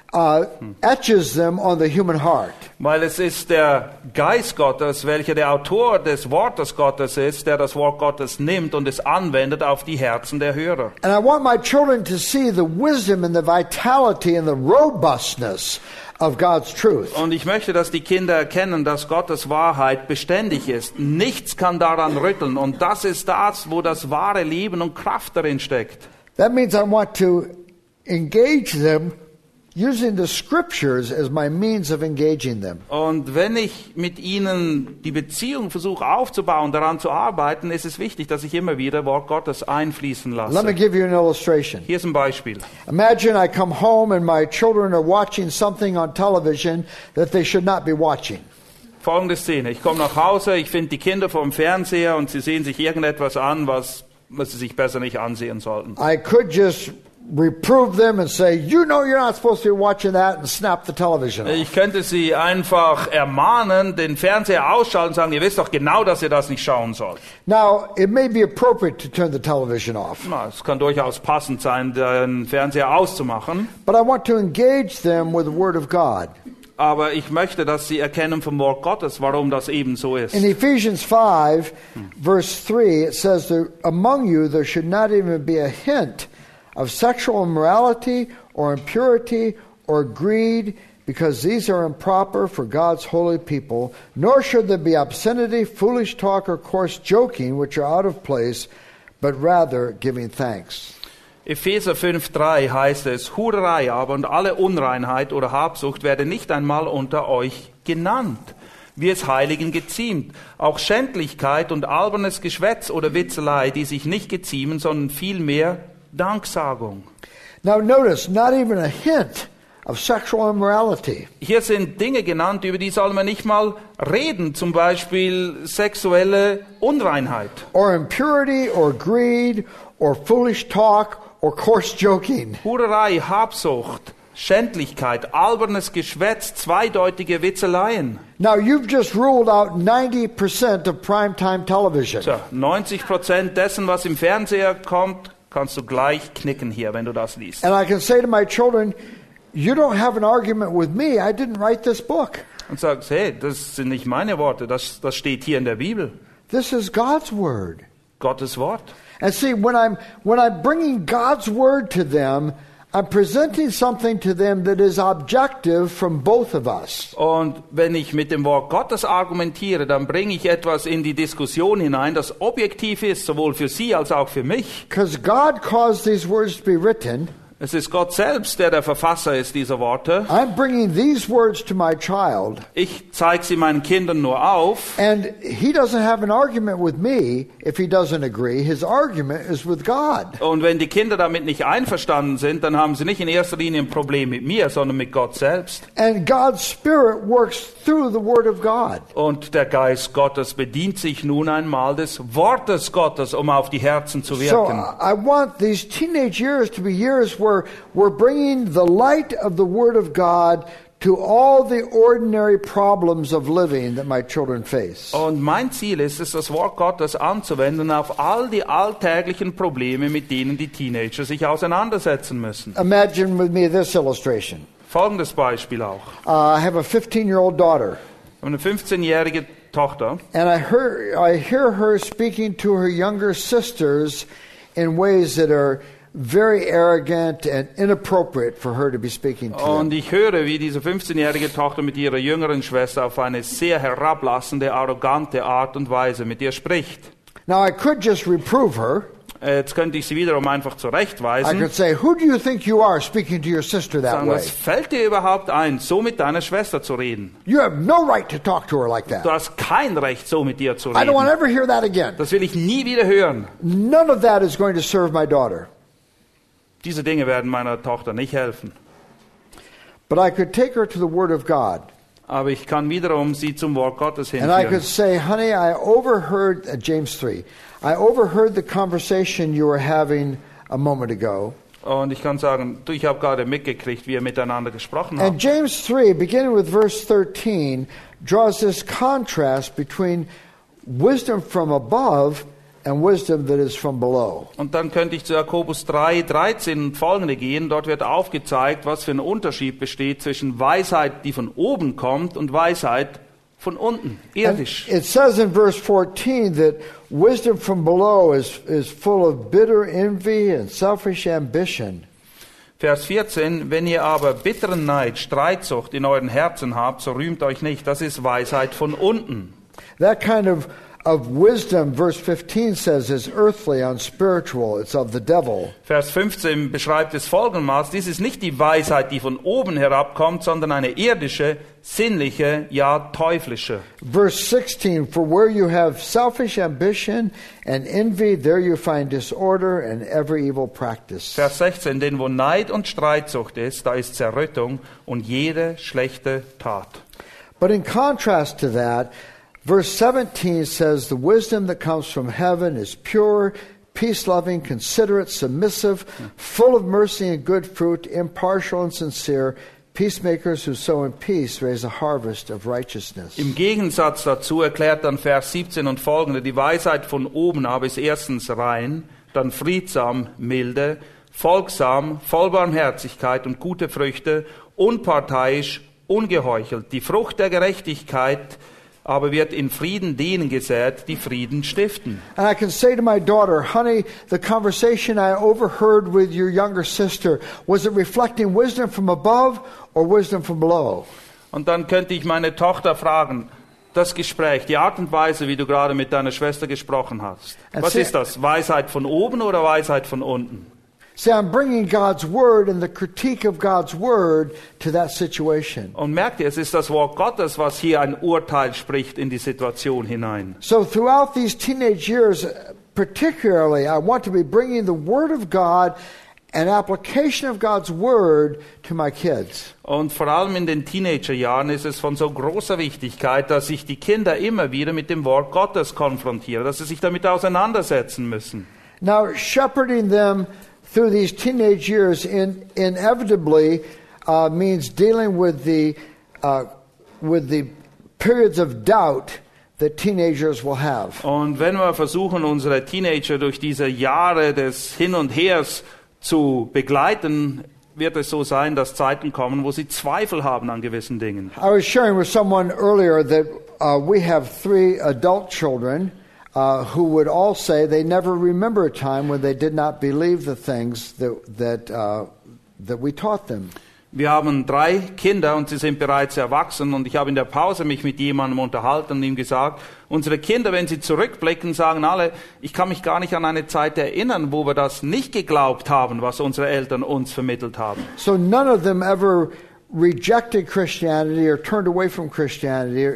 S2: etches them on the human heart.
S3: Weil es ist der Geist Gottes, welcher der Autor des Wortes Gottes ist, der das Wort Gottes nimmt und es anwendet auf die Herzen der Hörer.
S2: And I want my children to see the wisdom and the vitality and the robustness of God's truth.
S3: Und ich möchte, dass die Kinder erkennen, dass Gottes Wahrheit beständig ist. Nichts kann daran rütteln. Und das ist das, wo das wahre Leben und Kraft darin steckt.
S2: That means I want to engage them using the scriptures as my means of engaging them.
S3: Und wenn ich mit ihnen die Beziehung versuche aufzubauen, daran zu arbeiten, ist es wichtig, dass ich immer wieder Wort Gottes einfließen
S2: Let me
S3: lasse.
S2: give you an illustration.
S3: Hier ist ein Beispiel.
S2: Imagine I come home and my children are watching something on television that they should not be watching.
S3: Folgende Szene. Ich komme nach Hause, ich finde die Kinder vor dem Fernseher und sie sehen sich irgendetwas an, was sie sich besser nicht ansehen sollten.
S2: I could just reprove them and say, you know you're not supposed to be watching that, and snap the television off.
S3: Ich könnte sie einfach ermahnen, den Fernseher ausschalten und sagen, ihr wisst doch genau, dass ihr das nicht schauen sollt.
S2: Now, it may be appropriate to turn the television off,
S3: Na, es kann durchaus passend sein, den Fernseher auszumachen.
S2: but I want to engage them with the Word of God.
S3: Aber ich möchte, dass sie erkennen vom Wort Gottes, warum das eben so ist.
S2: In Ephesians 5, verse 3, it says that among you there should not even be a hint of sexual immorality or impurity or greed because these are improper for God's holy people, nor should there be obscenity, foolish talk, or coarse joking, which are out of place, but rather giving thanks.
S3: Epheser 5,3 heißt es, Hurerei aber und alle Unreinheit oder Habsucht werde nicht einmal unter euch genannt, wie es Heiligen geziemt. Auch Schändlichkeit und albernes Geschwätz oder Witzelei, die sich nicht geziemen, sondern vielmehr Danksagung.
S2: Now notice, not even a hint of sexual immorality.
S3: Hier sind Dinge genannt, über die soll man nicht mal reden, zum Beispiel sexuelle Unreinheit.
S2: Or impurity, or greed, or foolish talk, or coarse joking.
S3: Hurerei, Habsucht, Schändlichkeit, albernes Geschwätz, zweideutige Witzeleien.
S2: Now you've just ruled out 90% of primetime television.
S3: Tja, 90% dessen, was im Fernseher kommt, kannst du gleich knicken hier, wenn du das liest.
S2: And I can say to my children, you don't have an argument with me. I didn't write this book.
S3: Und sagst, hey, das sind nicht meine Worte, das steht hier in der Bibel.
S2: This is God's word.
S3: Gottes Wort.
S2: And see, when I'm bringing God's word to them, I'm presenting something to them that is objective from both of us.
S3: Und wenn ich mit dem Wort Gottes argumentiere, dann bringe ich etwas in die Diskussion hinein, das objektiv ist, sowohl für Sie als auch für mich.
S2: Because God caused these words to be written.
S3: Es ist Gott selbst, der Verfasser ist dieser Worte.
S2: I'm bringing these words to my child.
S3: Ich zeige sie meinen Kindern nur auf.
S2: And he doesn't have an argument with me if he doesn't agree. His argument is with God.
S3: Und wenn die Kinder damit nicht einverstanden sind, dann haben sie nicht in erster Linie ein Problem mit mir, sondern mit Gott selbst.
S2: And God's Spirit works through the Word of God.
S3: Und der Geist Gottes bedient sich nun einmal des Wortes Gottes, um auf die Herzen zu
S2: So
S3: wirken.
S2: I want these teenage years to be years where we're bringing the light of the Word of God to all the ordinary problems of living that my children face.
S3: Und mein Ziel ist es, das Wort Gottes anzuwenden auf all die alltäglichen Probleme, mit denen die Teenager sich auseinandersetzen müssen.
S2: Imagine with me this illustration.
S3: Folgendes Beispiel auch.
S2: I have a 15-year-old daughter.
S3: Eine 15-jährige Tochter.
S2: And I hear her speaking to her younger sisters in ways that are very arrogant and inappropriate for her to be speaking to
S3: Und
S2: them.
S3: ich höre, wie diese 15-jährige Tochter mit ihrer jüngeren Schwester auf eine sehr herablassende, arrogante Art und Weise mit ihr spricht.
S2: Now I could just reprove her.
S3: Jetzt könnte ich sie wiederum einfach
S2: I
S3: zurechtweisen.
S2: could say, who do you think you are speaking to your sister that
S3: Sagen,
S2: way?
S3: was fällt dir überhaupt ein, so mit deiner Schwester zu reden?
S2: You have no right to talk to her like
S3: Du
S2: that.
S3: hast kein Recht, so mit dir zu
S2: I don't want to
S3: reden.
S2: ever hear that again.
S3: Das will ich nie wieder hören.
S2: None of that is going to serve my daughter.
S3: Diese Dinge werden meiner Tochter nicht helfen.
S2: But I could take her to the Word of God.
S3: Aber ich kann wiederum sie zum Wort Gottes
S2: And I
S3: hinführen.
S2: could say, honey, I overheard, James 3, I overheard the conversation you were having a moment ago.
S3: Und ich kann sagen, du, ich habe gerade mitgekriegt, wie ihr miteinander gesprochen
S2: And
S3: habt.
S2: James 3, beginning with verse 13, draws this contrast between wisdom from above and wisdom that is from below.
S3: Und dann könnte ich zu Jakobus 3,13 und folgende gehen. Dort wird aufgezeigt, was für ein Unterschied besteht zwischen Weisheit, die von oben kommt, und Weisheit von unten,
S2: And
S3: irdisch.
S2: it says in verse 14 that wisdom from below is full of bitter envy and selfish ambition.
S3: Vers 14, wenn ihr aber bitteren Neid, Streitsucht in euren Herzen habt, so rühmt euch nicht. Das ist Weisheit von unten.
S2: That kind of wisdom, verse 15 says, is earthly, unspiritual. It's of the devil.
S3: Vers 15 beschreibt es folgendermaßen, dies ist nicht die Weisheit, die von oben herabkommt, sondern eine irdische, sinnliche, ja teuflische.
S2: Verse 16, for where you have selfish ambition and envy, there you find disorder and every evil practice.
S3: Vers 16, denn wo Neid und Streitsucht ist, da ist Zerrüttung und jede schlechte Tat.
S2: But in contrast to that, verse 17 says, the wisdom that comes from heaven is pure, peace-loving, considerate, submissive, full of mercy and good fruit, impartial and sincere. Peacemakers who sow in peace raise a harvest of righteousness.
S3: Im Gegensatz dazu erklärt dann Vers 17 und folgende, die Weisheit von oben aber ist erstens rein, dann friedsam, milde, folgsam, voll Barmherzigkeit und gute Früchte, unparteiisch, ungeheuchelt. Die Frucht der Gerechtigkeit aber wird in Frieden denen gesät, die Frieden stiften.
S2: And I can say to my daughter, honey, the conversation I overheard with your younger sister, was it reflecting wisdom from above or wisdom from below?
S3: Und dann könnte ich meine Tochter fragen, das Gespräch, die Art und Weise, wie du gerade mit deiner Schwester gesprochen hast, was ist das? Weisheit von oben oder Weisheit von unten?
S2: See, I'm bringing God's word and the critique of God's word to that situation.
S3: Und merkt ihr, es ist das Wort Gottes, was hier ein Urteil spricht in die Situation hinein.
S2: So throughout these teenage years, particularly, I want to be bringing the word of God and application of God's word to my kids.
S3: Und vor allem in den Teenagerjahren ist es von so großer Wichtigkeit, dass ich die Kinder immer wieder mit dem Wort Gottes konfrontiere, dass sie sich damit auseinandersetzen müssen.
S2: Now, shepherding them through these teenage years inevitably means dealing with the periods of doubt that teenagers will have.
S3: Und wenn wir versuchen, unsere Teenager durch diese Jahre des Hin und Hers zu begleiten, wird es so sein, dass Zeiten kommen, wo sie Zweifel haben an gewissen Dingen.
S2: I was sharing with someone earlier that we have 3 adult children who would all say they never remember a time when they did not believe the things that we taught them.
S3: Wir haben 3 Kinder und sie sind bereits erwachsen und ich habe in der Pause mich mit jemandem unterhalten und ihm gesagt, unsere Kinder, wenn sie zurückblicken, sagen alle, ich kann mich gar nicht an eine Zeit erinnern, wo wir das nicht geglaubt haben, was unsere Eltern uns vermittelt haben.
S2: So none of them ever rejected Christianity or turned away from Christianity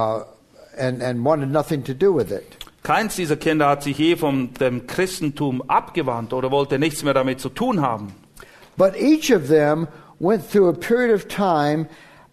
S2: and wanted nothing to do with it.
S3: Keins dieser Kinder hat sich je von dem Christentum abgewandt oder wollte nichts mehr damit zu tun haben.
S2: But each of them went through a period of time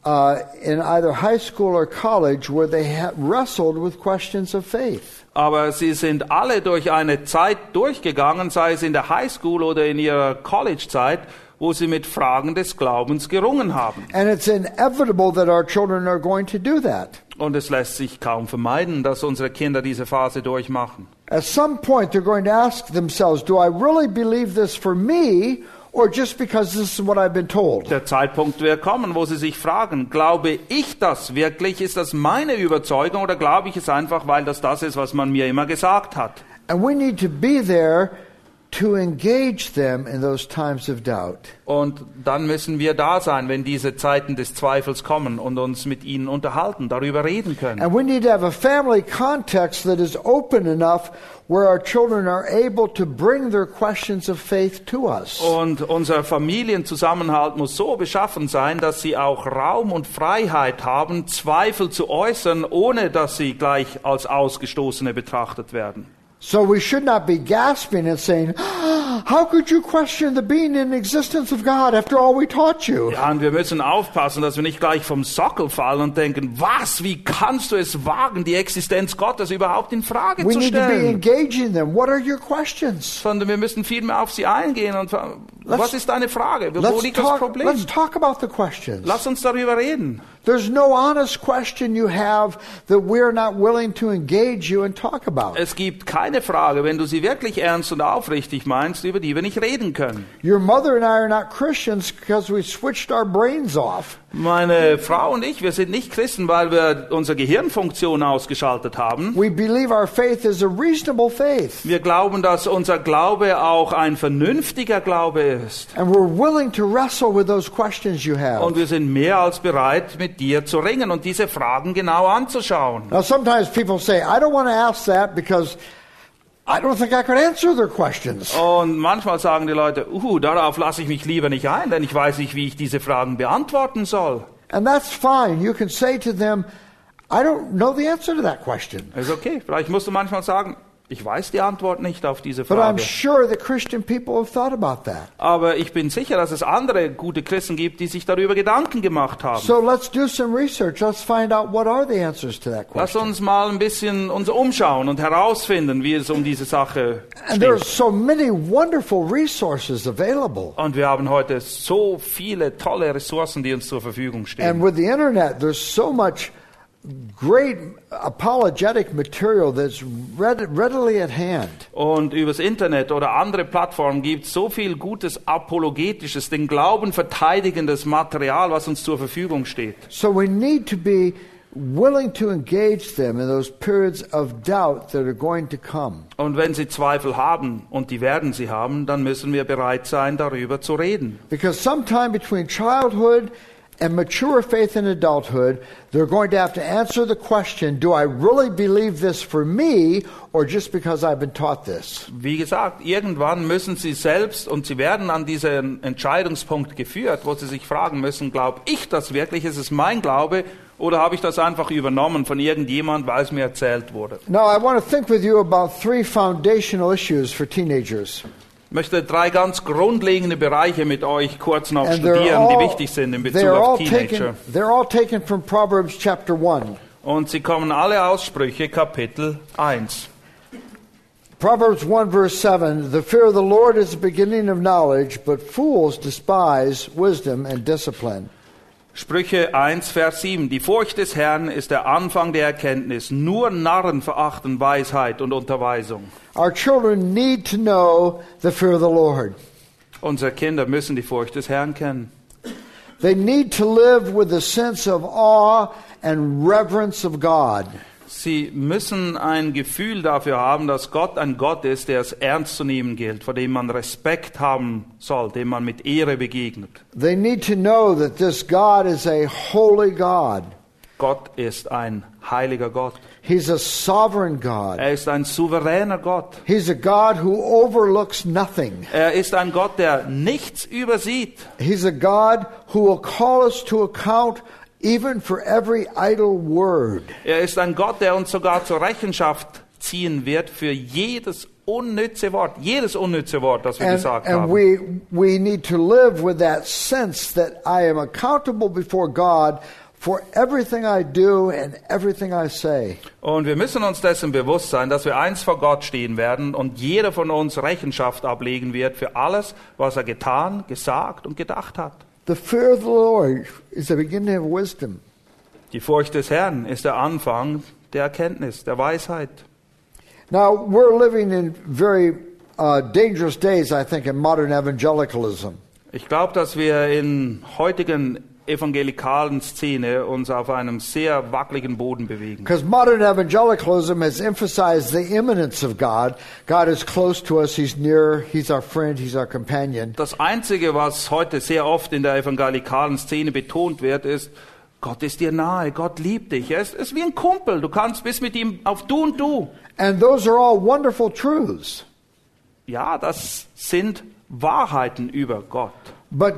S2: in either high school or college where they wrestled with questions of faith.
S3: Aber sie sind alle durch eine Zeit durchgegangen, sei es in der Highschool oder in ihrer College-Zeit, wo sie mit Fragen des Glaubens gerungen haben.
S2: And it's inevitable that our children are going to do that.
S3: Und es lässt sich kaum vermeiden, dass unsere Kinder diese Phase durchmachen.
S2: At some point they're going to ask themselves, do I really believe this for me or just because this is what I've been told?
S3: Der Zeitpunkt wird kommen, wo sie sich fragen, glaube ich das wirklich? Ist das meine Überzeugung oder glaube ich es einfach, weil das ist, was man mir immer gesagt hat?
S2: And we need to be there to engage them in those times of doubt.
S3: Und dann müssen wir da sein, wenn diese Zeiten des Zweifels kommen und uns mit ihnen unterhalten, darüber reden können.
S2: And we need to have a family context that is open enough where our children are able to bring their questions of faith to us.
S3: Und unser Familienzusammenhalt muss so beschaffen sein, dass sie auch Raum und Freiheit haben, Zweifel zu äußern, ohne dass sie gleich als Ausgestoßene betrachtet werden.
S2: So we should not be gasping and saying, how could you question the being and existence of God after all we taught you?
S3: Ja, und wir müssen aufpassen, dass wir nicht gleich vom Sockel fallen und denken, was, wie kannst du es wagen, die Existenz Gottes überhaupt in Frage
S2: We
S3: zu
S2: need to be
S3: stellen?
S2: engaging them. What are your questions?
S3: Sondern wir müssen viel mehr auf sie eingehen und fragen, was ist deine Frage? Wo liegt das
S2: Let's
S3: Problem?
S2: talk about the questions.
S3: Lass uns darüber reden.
S2: There's no honest question you have that we're not willing to engage you and talk about.
S3: Es gibt keine Frage, wenn du sie wirklich ernst und aufrichtig meinst, über die wir nicht reden können.
S2: Your mother and I are not Christians because we switched our brains off.
S3: Meine Frau und ich, wir sind nicht Christen, weil wir unsere Gehirnfunktion ausgeschaltet haben.
S2: We believe our faith is a reasonable faith.
S3: Wir glauben, dass unser Glaube auch ein vernünftiger Glaube ist.
S2: And we're willing to wrestle with those questions you have.
S3: Und wir sind mehr als bereit, mit dir zu ringen und diese Fragen genau anzuschauen.
S2: Now sometimes people say, I don't want to ask that because I don't think I could answer their questions.
S3: Und manchmal sagen die Leute, darauf lasse ich mich lieber nicht ein, denn ich weiß nicht, wie ich diese Fragen beantworten soll.
S2: And that's fine. You can say to them, I don't know the answer to that question.
S3: Ist okay. Vielleicht musst du manchmal sagen, ich weiß die Antwort nicht auf diese
S2: But I'm
S3: Frage.
S2: sure that Christian people have thought about that.
S3: Aber ich bin sicher, dass es andere gute Christen gibt, die sich darüber Gedanken gemacht haben.
S2: So let's do some research. Let's find out what are the answers to that
S3: Lass
S2: question.
S3: uns mal ein bisschen uns umschauen und herausfinden, wie es um diese Sache
S2: And there's
S3: steht.
S2: so many wonderful resources available.
S3: Und wir haben heute so viele tolle Ressourcen, die uns zur Verfügung
S2: And
S3: stehen.
S2: with the internet, there's so much great apologetic material that's readily at hand.
S3: Und übers Internet oder andere Plattformen gibt es so viel gutes apologetisches, den Glauben verteidigendes Material, was uns zur Verfügung steht.
S2: So we need to be willing to engage them in those periods of doubt that are going to come.
S3: Und wenn sie Zweifel haben, und die werden sie haben, dann müssen wir bereit sein, darüber zu reden.
S2: Because sometime between childhood and mature faith in adulthood, they're going to have to answer the question, do I really believe this for me or just because I've been taught this?
S3: Wie gesagt, irgendwann müssen sie selbst, und sie werden an diesen Entscheidungspunkt geführt, wo sie sich fragen müssen, glaube ich das wirklich, ist es mein Glaube, oder habe ich das einfach übernommen von irgendjemand, weil es mir erzählt wurde?
S2: Now, I want to think with you about 3 foundational issues for teenagers.
S3: Ich möchte 3 ganz grundlegende Bereiche mit euch kurz noch studieren, die wichtig sind in Bezug auf Teenager.
S2: They're all taken from Proverbs chapter 1.
S3: Und sie kommen alle aus Sprüche Kapitel 1.
S2: Proverbs 1 verse 7, the fear of the Lord is the beginning of knowledge, but fools despise wisdom and discipline.
S3: Sprüche 1, Vers 7. Die Furcht des Herrn ist der Anfang der Erkenntnis. Nur Narren verachten Weisheit und Unterweisung.
S2: Our children need to know the fear of the Lord.
S3: Unsere Kinder müssen die Furcht des Herrn kennen.
S2: They need to live with a sense of awe and reverence of God.
S3: Sie müssen ein Gefühl dafür haben, dass Gott ein Gott ist, der es ernst zu nehmen gilt, vor dem man Respekt haben soll, dem man mit Ehre begegnet.
S2: They need to know that this God is a holy God.
S3: Gott ist ein heiliger Gott.
S2: He's a sovereign God.
S3: Er ist ein souveräner Gott.
S2: He's a God who overlooks nothing.
S3: Er ist ein Gott, der nichts übersieht.
S2: He's a God who will call us to account even for every idle word.
S3: Er ist ein Gott, der uns sogar zur Rechenschaft ziehen wird für jedes unnütze Wort, das wir gesagt
S2: and
S3: haben.
S2: we need to live with that sense that I am accountable before God for everything I do and everything I say.
S3: Und wir müssen uns dessen bewusst sein, dass wir einst vor Gott stehen werden und jeder von uns Rechenschaft ablegen wird für alles, was er getan, gesagt und gedacht hat.
S2: The fear of the Lord is the beginning of wisdom.
S3: Die Furcht des Herrn ist der Anfang der Erkenntnis, der Weisheit.
S2: Now, we're living in very dangerous days, I think, in modern evangelicalism.
S3: Ich glaube, dass wir in heutigen evangelikalen Szene uns auf einem sehr wackeligen Boden bewegen.
S2: Because modern evangelicalism has emphasized the immanence of God. God is close to us, He's near, He's our friend, He's our companion.
S3: Das Einzige, was heute sehr oft in der evangelikalen Szene betont wird, ist, Gott ist dir nahe, Gott liebt dich. Er ist wie ein Kumpel, du bist mit ihm auf Du und Du.
S2: And those are all wonderful truths.
S3: Ja, das sind Wahrheiten über Gott.
S2: But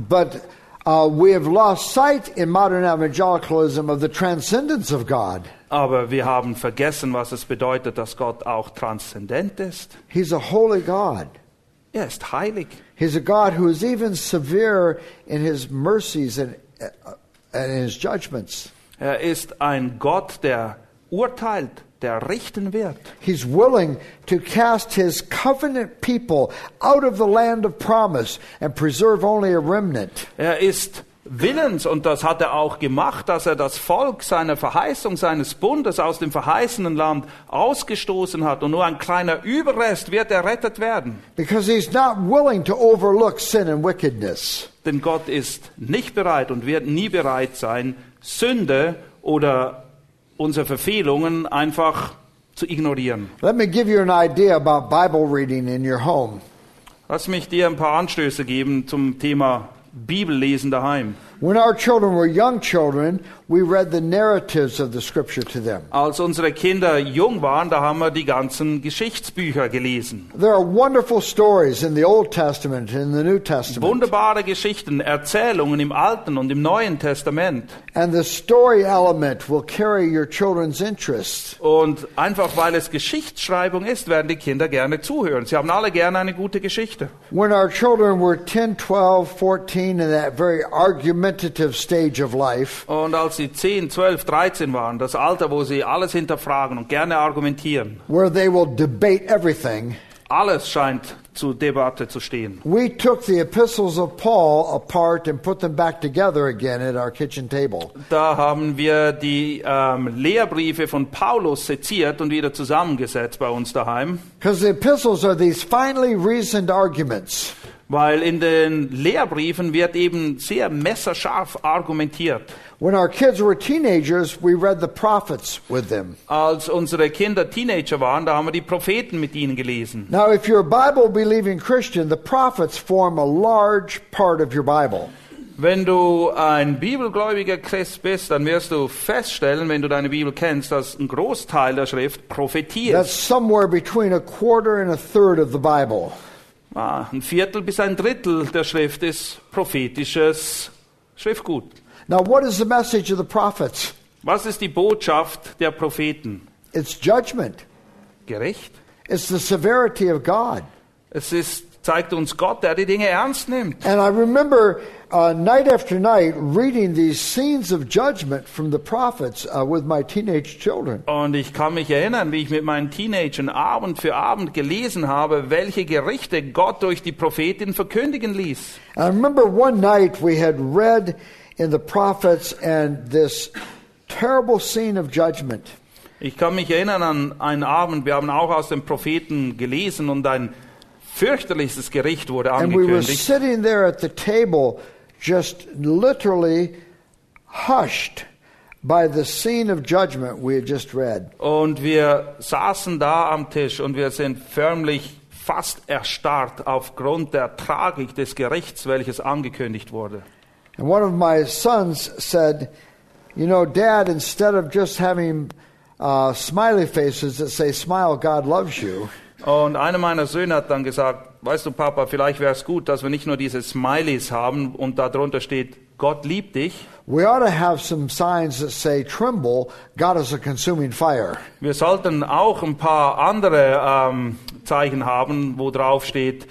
S2: we have lost sight in modern evangelicalism of the transcendence of God.
S3: Aber wir haben vergessen, was es bedeutet, dass Gott auch transzendent ist.
S2: He's a holy God.
S3: Er ist heilig.
S2: He's a God who is even severe in His mercies and in His judgments.
S3: Er ist ein Gott, der urteilt, der richten wird.
S2: He's willing to cast His covenant people out of the land of promise and preserve only a remnant.
S3: Er ist willens, und das hat er auch gemacht, dass er das Volk seiner Verheißung, seines Bundes aus dem verheißenen Land ausgestoßen hat. Und nur ein kleiner Überrest wird errettet werden.
S2: Because He's not willing to overlook sin and wickedness.
S3: Denn Gott ist nicht bereit und wird nie bereit sein, Sünde oder unsere Verfehlungen einfach zu ignorieren.
S2: Let me give you an idea about Bible reading in your home.
S3: Lass mich dir ein paar Anstöße geben zum Thema Bibellesen daheim.
S2: When our children were young children, we read the narratives of the Scripture to them.
S3: Als unsere Kinder jung waren, da haben wir die ganzen Geschichtsbücher gelesen.
S2: There are wonderful stories in the Old Testament and in the New Testament.
S3: Wunderbare Geschichten, Erzählungen im Alten und im Neuen Testament.
S2: And the story element will carry your children's interest.
S3: Und einfach weil es Geschichtsschreibung ist, werden die Kinder gerne zuhören. Sie haben alle gerne eine gute Geschichte.
S2: When our children were 10, 12, 14 in that very argumentative stage of life,
S3: Und als sie 10, 12, 13 waren, das Alter, wo sie alles hinterfragen und gerne argumentieren,
S2: where they will debate everything,
S3: alles scheint zur Debatte zu stehen.
S2: we took the epistles of Paul apart and put them back together again at our kitchen table.
S3: Da haben wir die Lehrbriefe von Paulus seziert und wieder zusammengesetzt bei uns daheim.
S2: Because the epistles are these finely reasoned arguments.
S3: Weil in den Lehrbriefen wird eben sehr messerscharf argumentiert.
S2: When our kids were teenagers, we read the prophets with them.
S3: Als unsere Kinder Teenager waren, da haben wir die Propheten mit ihnen gelesen.
S2: Now, if you're a Bible-believing Christian, the prophets form a large part of your Bible.
S3: Wenn du ein bibelgläubiger Christ bist, dann wirst du feststellen, wenn du deine Bibel kennst, dass ein Großteil der Schrift Prophetie
S2: That's
S3: ist.
S2: somewhere between a quarter and a third of the Bible.
S3: Ein Viertel bis ein Drittel der Schrift ist prophetisches Schriftgut.
S2: Now, what is the message of the prophets?
S3: Was ist die Botschaft der Propheten?
S2: It's judgment.
S3: Gericht.
S2: It's the severity of God.
S3: Zeigt uns Gott, der die Dinge ernst nimmt.
S2: And I remember night after night reading these scenes of judgment from the prophets with my teenage children.
S3: Und ich kann mich erinnern, wie ich mit meinen Teenagern Abend für Abend gelesen habe, welche Gerichte Gott durch die Prophetin verkündigen ließ.
S2: And I remember one night we had read in the prophets and this terrible scene of judgment.
S3: Ich kann mich erinnern an einen Abend, wir haben auch aus den Propheten gelesen und ein fürchterliches Gericht wurde
S2: And we were
S3: angekündigt.
S2: sitting there at the table just literally hushed by the scene of judgment we had just read.
S3: Und wir saßen da am Tisch und wir sind förmlich fast erstarrt aufgrund der Tragik des Gerichts, welches angekündigt wurde.
S2: And one of my sons said, you know, Dad, instead of just having smiley faces that say, smile, God loves you,
S3: Und einer meiner Söhne hat dann gesagt, weißt du Papa, vielleicht wäre es gut, dass wir nicht nur diese Smileys haben und darunter steht, Gott liebt dich.
S2: we ought to have some signs that say, tremble, God is a consuming fire.
S3: Wir sollten auch ein paar andere Zeichen haben, wo drauf steht,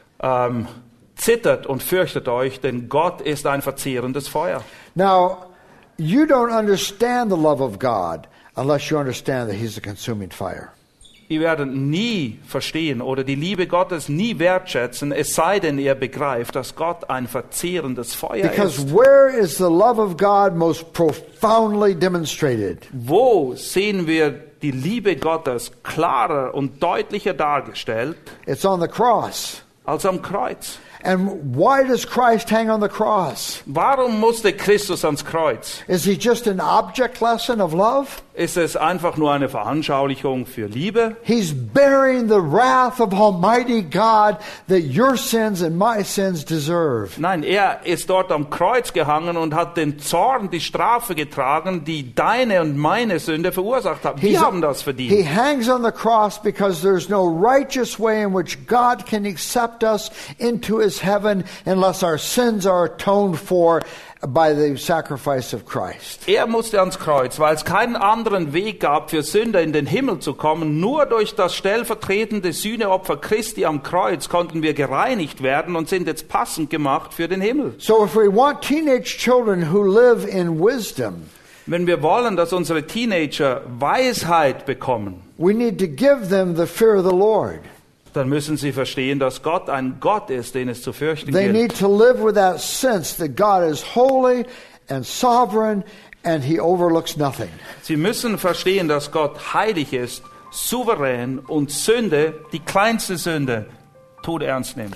S3: zittert und fürchtet euch, denn Gott ist ein verzehrendes Feuer.
S2: Now, you don't understand the love of God unless you understand that He's a consuming fire.
S3: Ihr werdet nie verstehen oder die Liebe Gottes nie wertschätzen, es sei denn, ihr begreift, dass Gott ein verzehrendes Feuer
S2: Because
S3: ist.
S2: where is the love of God most profoundly demonstrated?
S3: Wo sehen wir die Liebe Gottes klarer und deutlicher dargestellt
S2: It's on the cross.
S3: als am Kreuz?
S2: And why does Christ hang on the cross?
S3: Warum musste Christus ans Kreuz?
S2: Is He just an object lesson of love?
S3: Ist es einfach nur eine Veranschaulichung für Liebe?
S2: He's bearing the wrath of Almighty God that your sins and my sins deserve.
S3: Nein, er ist dort am Kreuz gehangen und hat den Zorn, die Strafe getragen, die deine und meine Sünde verursacht hat. Wir haben das
S2: He
S3: verdient.
S2: hangs on the cross because there's no righteous way in which God can accept us into His heaven unless our sins are atoned for by the sacrifice of Christ.
S3: Er musste ans Kreuz, weil es keinen anderen Weg gab, für Sünder in den Himmel zu kommen. Nur durch das stellvertretende Sühneopfer Christi am Kreuz konnten wir gereinigt werden und sind jetzt passend gemacht für den Himmel.
S2: So if we want teenage children who live in wisdom,
S3: Wenn wir wollen, dass unsere Teenager Weisheit bekommen,
S2: we need to give them the fear of the Lord.
S3: dann müssen sie verstehen, dass Gott ein Gott ist, den es zu fürchten
S2: They
S3: gilt.
S2: need to live with that sense that God is holy and sovereign and He overlooks nothing.
S3: Sie müssen verstehen, dass Gott heilig ist, souverän und Sünde, die kleinste Sünde, todernst nimmt.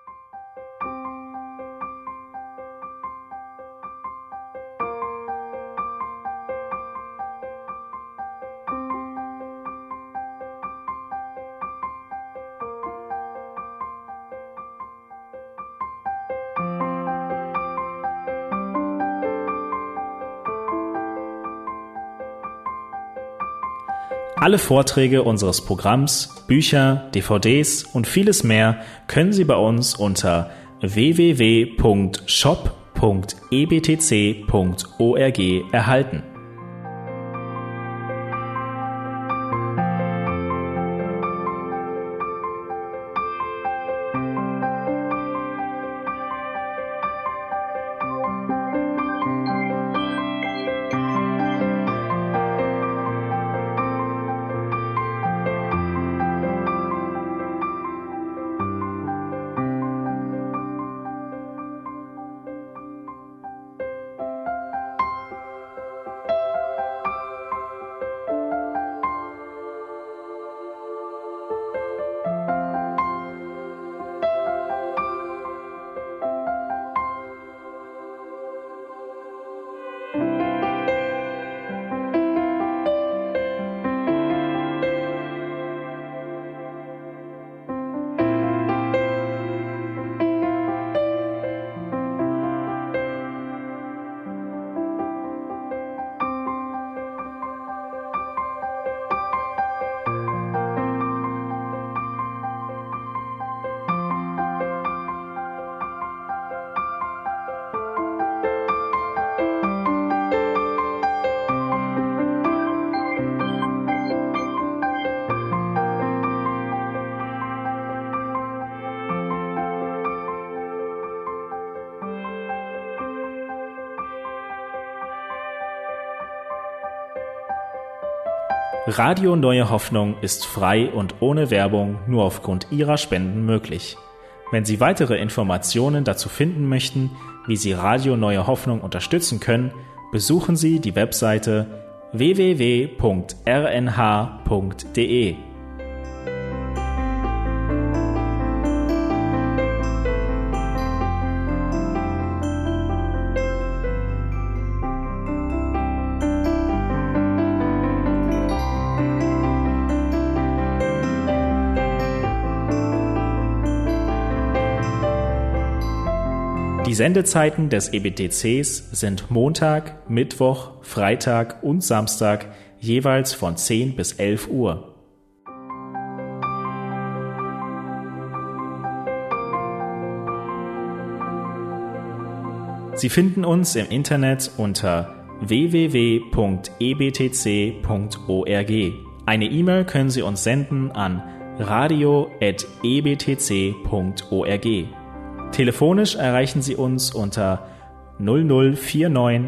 S1: Alle Vorträge unseres Programms, Bücher, DVDs und vieles mehr können Sie bei uns unter www.shop.ebtc.org erhalten. Radio Neue Hoffnung ist frei und ohne Werbung nur aufgrund Ihrer Spenden möglich. Wenn Sie weitere Informationen dazu finden möchten, wie Sie Radio Neue Hoffnung unterstützen können, besuchen Sie die Webseite www.rnh.de. Die Sendezeiten des EBTCs sind Montag, Mittwoch, Freitag und Samstag jeweils von 10 bis 11 Uhr. Sie finden uns im Internet unter www.ebtc.org. Eine E-Mail können Sie uns senden an radio@ebtc.org. Telefonisch erreichen Sie uns unter 0049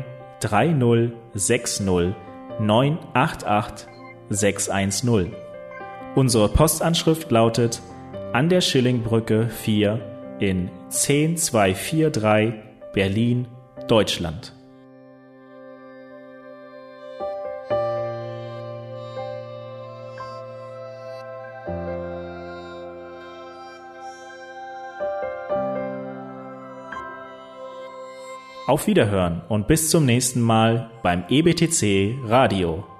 S1: 3060 988 610. Unsere Postanschrift lautet an der Schillingbrücke 4 in 10243 Berlin, Deutschland. Auf Wiederhören und bis zum nächsten Mal beim EBTC Radio.